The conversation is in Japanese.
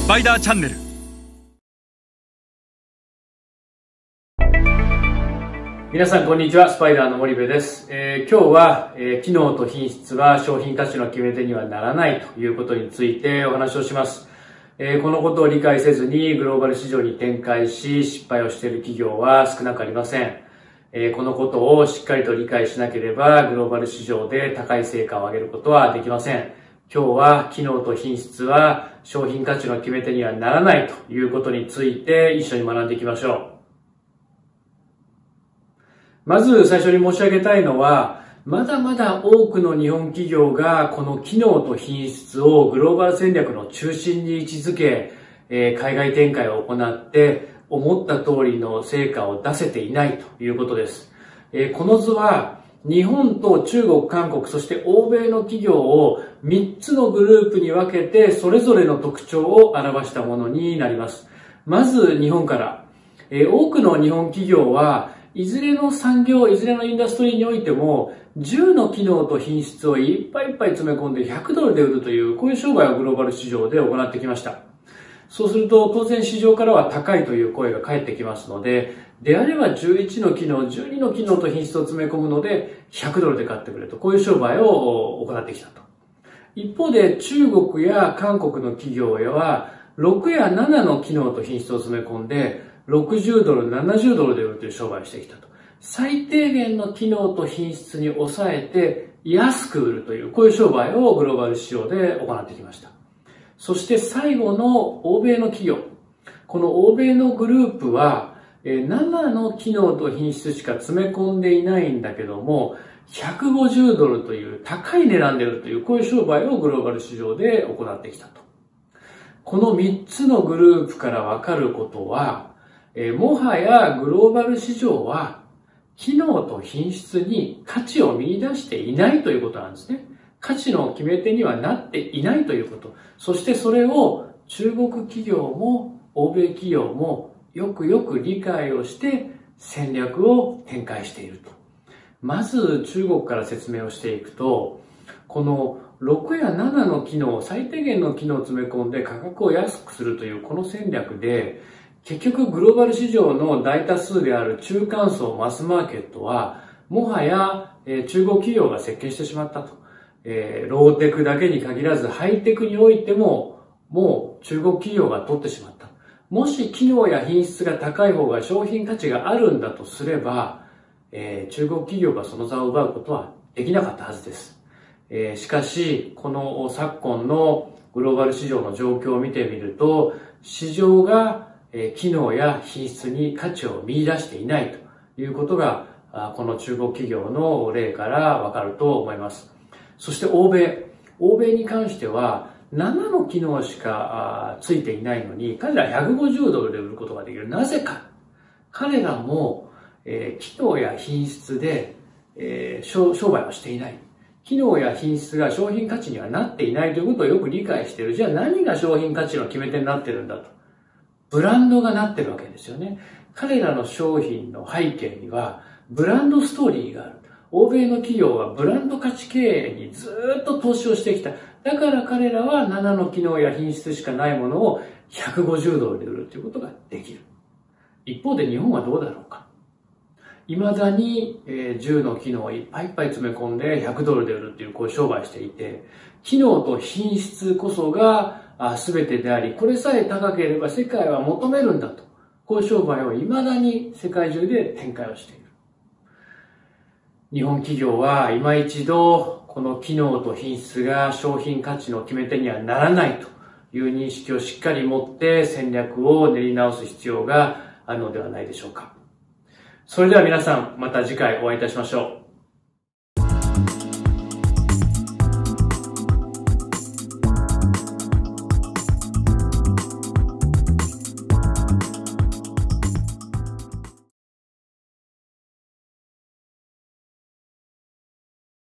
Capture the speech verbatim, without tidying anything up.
パイダーチャンネル。 皆さんこんにちは、スパイダーの森部です。えー、今日は、えー、機能と品質は商品価値の決め手にはならないということについてお話をします。えー、このことを理解せずにグローバル市場に展開し失敗をしている企業は少なくありません。えー、このことをしっかりと理解しなければグローバル市場で高い成果を上げることはできません。今日は機能と品質は商品価値の決め手にはならないということについて一緒に学んでいきましょう。まず最初に申し上げたいのは、まだまだ多くの日本企業がこの機能と品質をグローバル戦略の中心に位置づけ、えー、海外展開を行って思った通りの成果を出せていないということです。えー、この図は日本と中国、韓国、そして欧米の企業をみっつのグループに分けてそれぞれの特徴を表したものになります。まず日本から。えー、多くの日本企業はいずれの産業、いずれのインダストリーにおいてもじゅうの機能と品質をいっぱいいっぱい詰め込んでひゃくドルで売るという、こういう商売をグローバル市場で行ってきました。そうすると当然市場からは高いという声が返ってきますので、であればじゅういちの機能、じゅうにの機能と品質を詰め込むのでひゃくドルで買ってくれと、こういう商売を行ってきたと。一方で中国や韓国の企業はろくやななの機能と品質を詰め込んでろくじゅうドル、ななじゅうドルで売るという商売をしてきたと。最低限の機能と品質に抑えて安く売るという、こういう商売をグローバル市場で行ってきました。そして最後の欧米の企業。この欧米のグループはななの機能と品質しか詰め込んでいないんだけども、ひゃくごじゅうドルという高い値段で売るという、こういう商売をグローバル市場で行ってきたと。このみっつのグループからわかることは、えー、もはやグローバル市場は機能と品質に価値を見出していないということなんですね。価値の決め手にはなっていないということ。そしてそれを中国企業も欧米企業もよくよく理解をして戦略を展開していると。まず中国から説明をしていくと、このろくやななの機能、最低限の機能を詰め込んで価格を安くするというこの戦略で、結局グローバル市場の大多数である中間層マスマーケットはもはや中国企業が席巻してしまったと。えー、ローテクだけに限らずハイテクにおいてももう中国企業が取ってしまった。もし機能や品質が高い方が商品価値があるんだとすれば、えー、中国企業がその座を奪うことはできなかったはずです。えー、しかしこの昨今のグローバル市場の状況を見てみると、市場が機能や品質に価値を見出していないということがこの中国企業の例からわかると思います。そして欧米欧米に関してはななの機能しかついていないのに彼らひゃくごじゅうドルで売ることができる。なぜか。彼らも機能や品質で商売をしていない。機能や品質が商品価値にはなっていないということをよく理解している。じゃあ何が商品価値の決め手になっているんだと。ブランドがなってるわけですよね。彼らの商品の背景にはブランドストーリーがある。欧米の企業はブランド価値経営にずっと投資をしてきた。だから彼らはななの機能や品質しかないものをひゃくごじゅうドルで売るということができる。一方で日本はどうだろうか。未だにじゅうの機能をいっぱいいっぱい詰め込んでひゃくドルで売るというこういう商売をしていて、機能と品質こそが全てであり、これさえ高ければ世界は求めるんだと。こういう商売を未だに世界中で展開をしている。日本企業は今一度この機能と品質が商品価値の決め手にはならないという認識をしっかり持って戦略を練り直す必要があるのではないでしょうか。それでは皆さん、また次回お会いいたしましょう。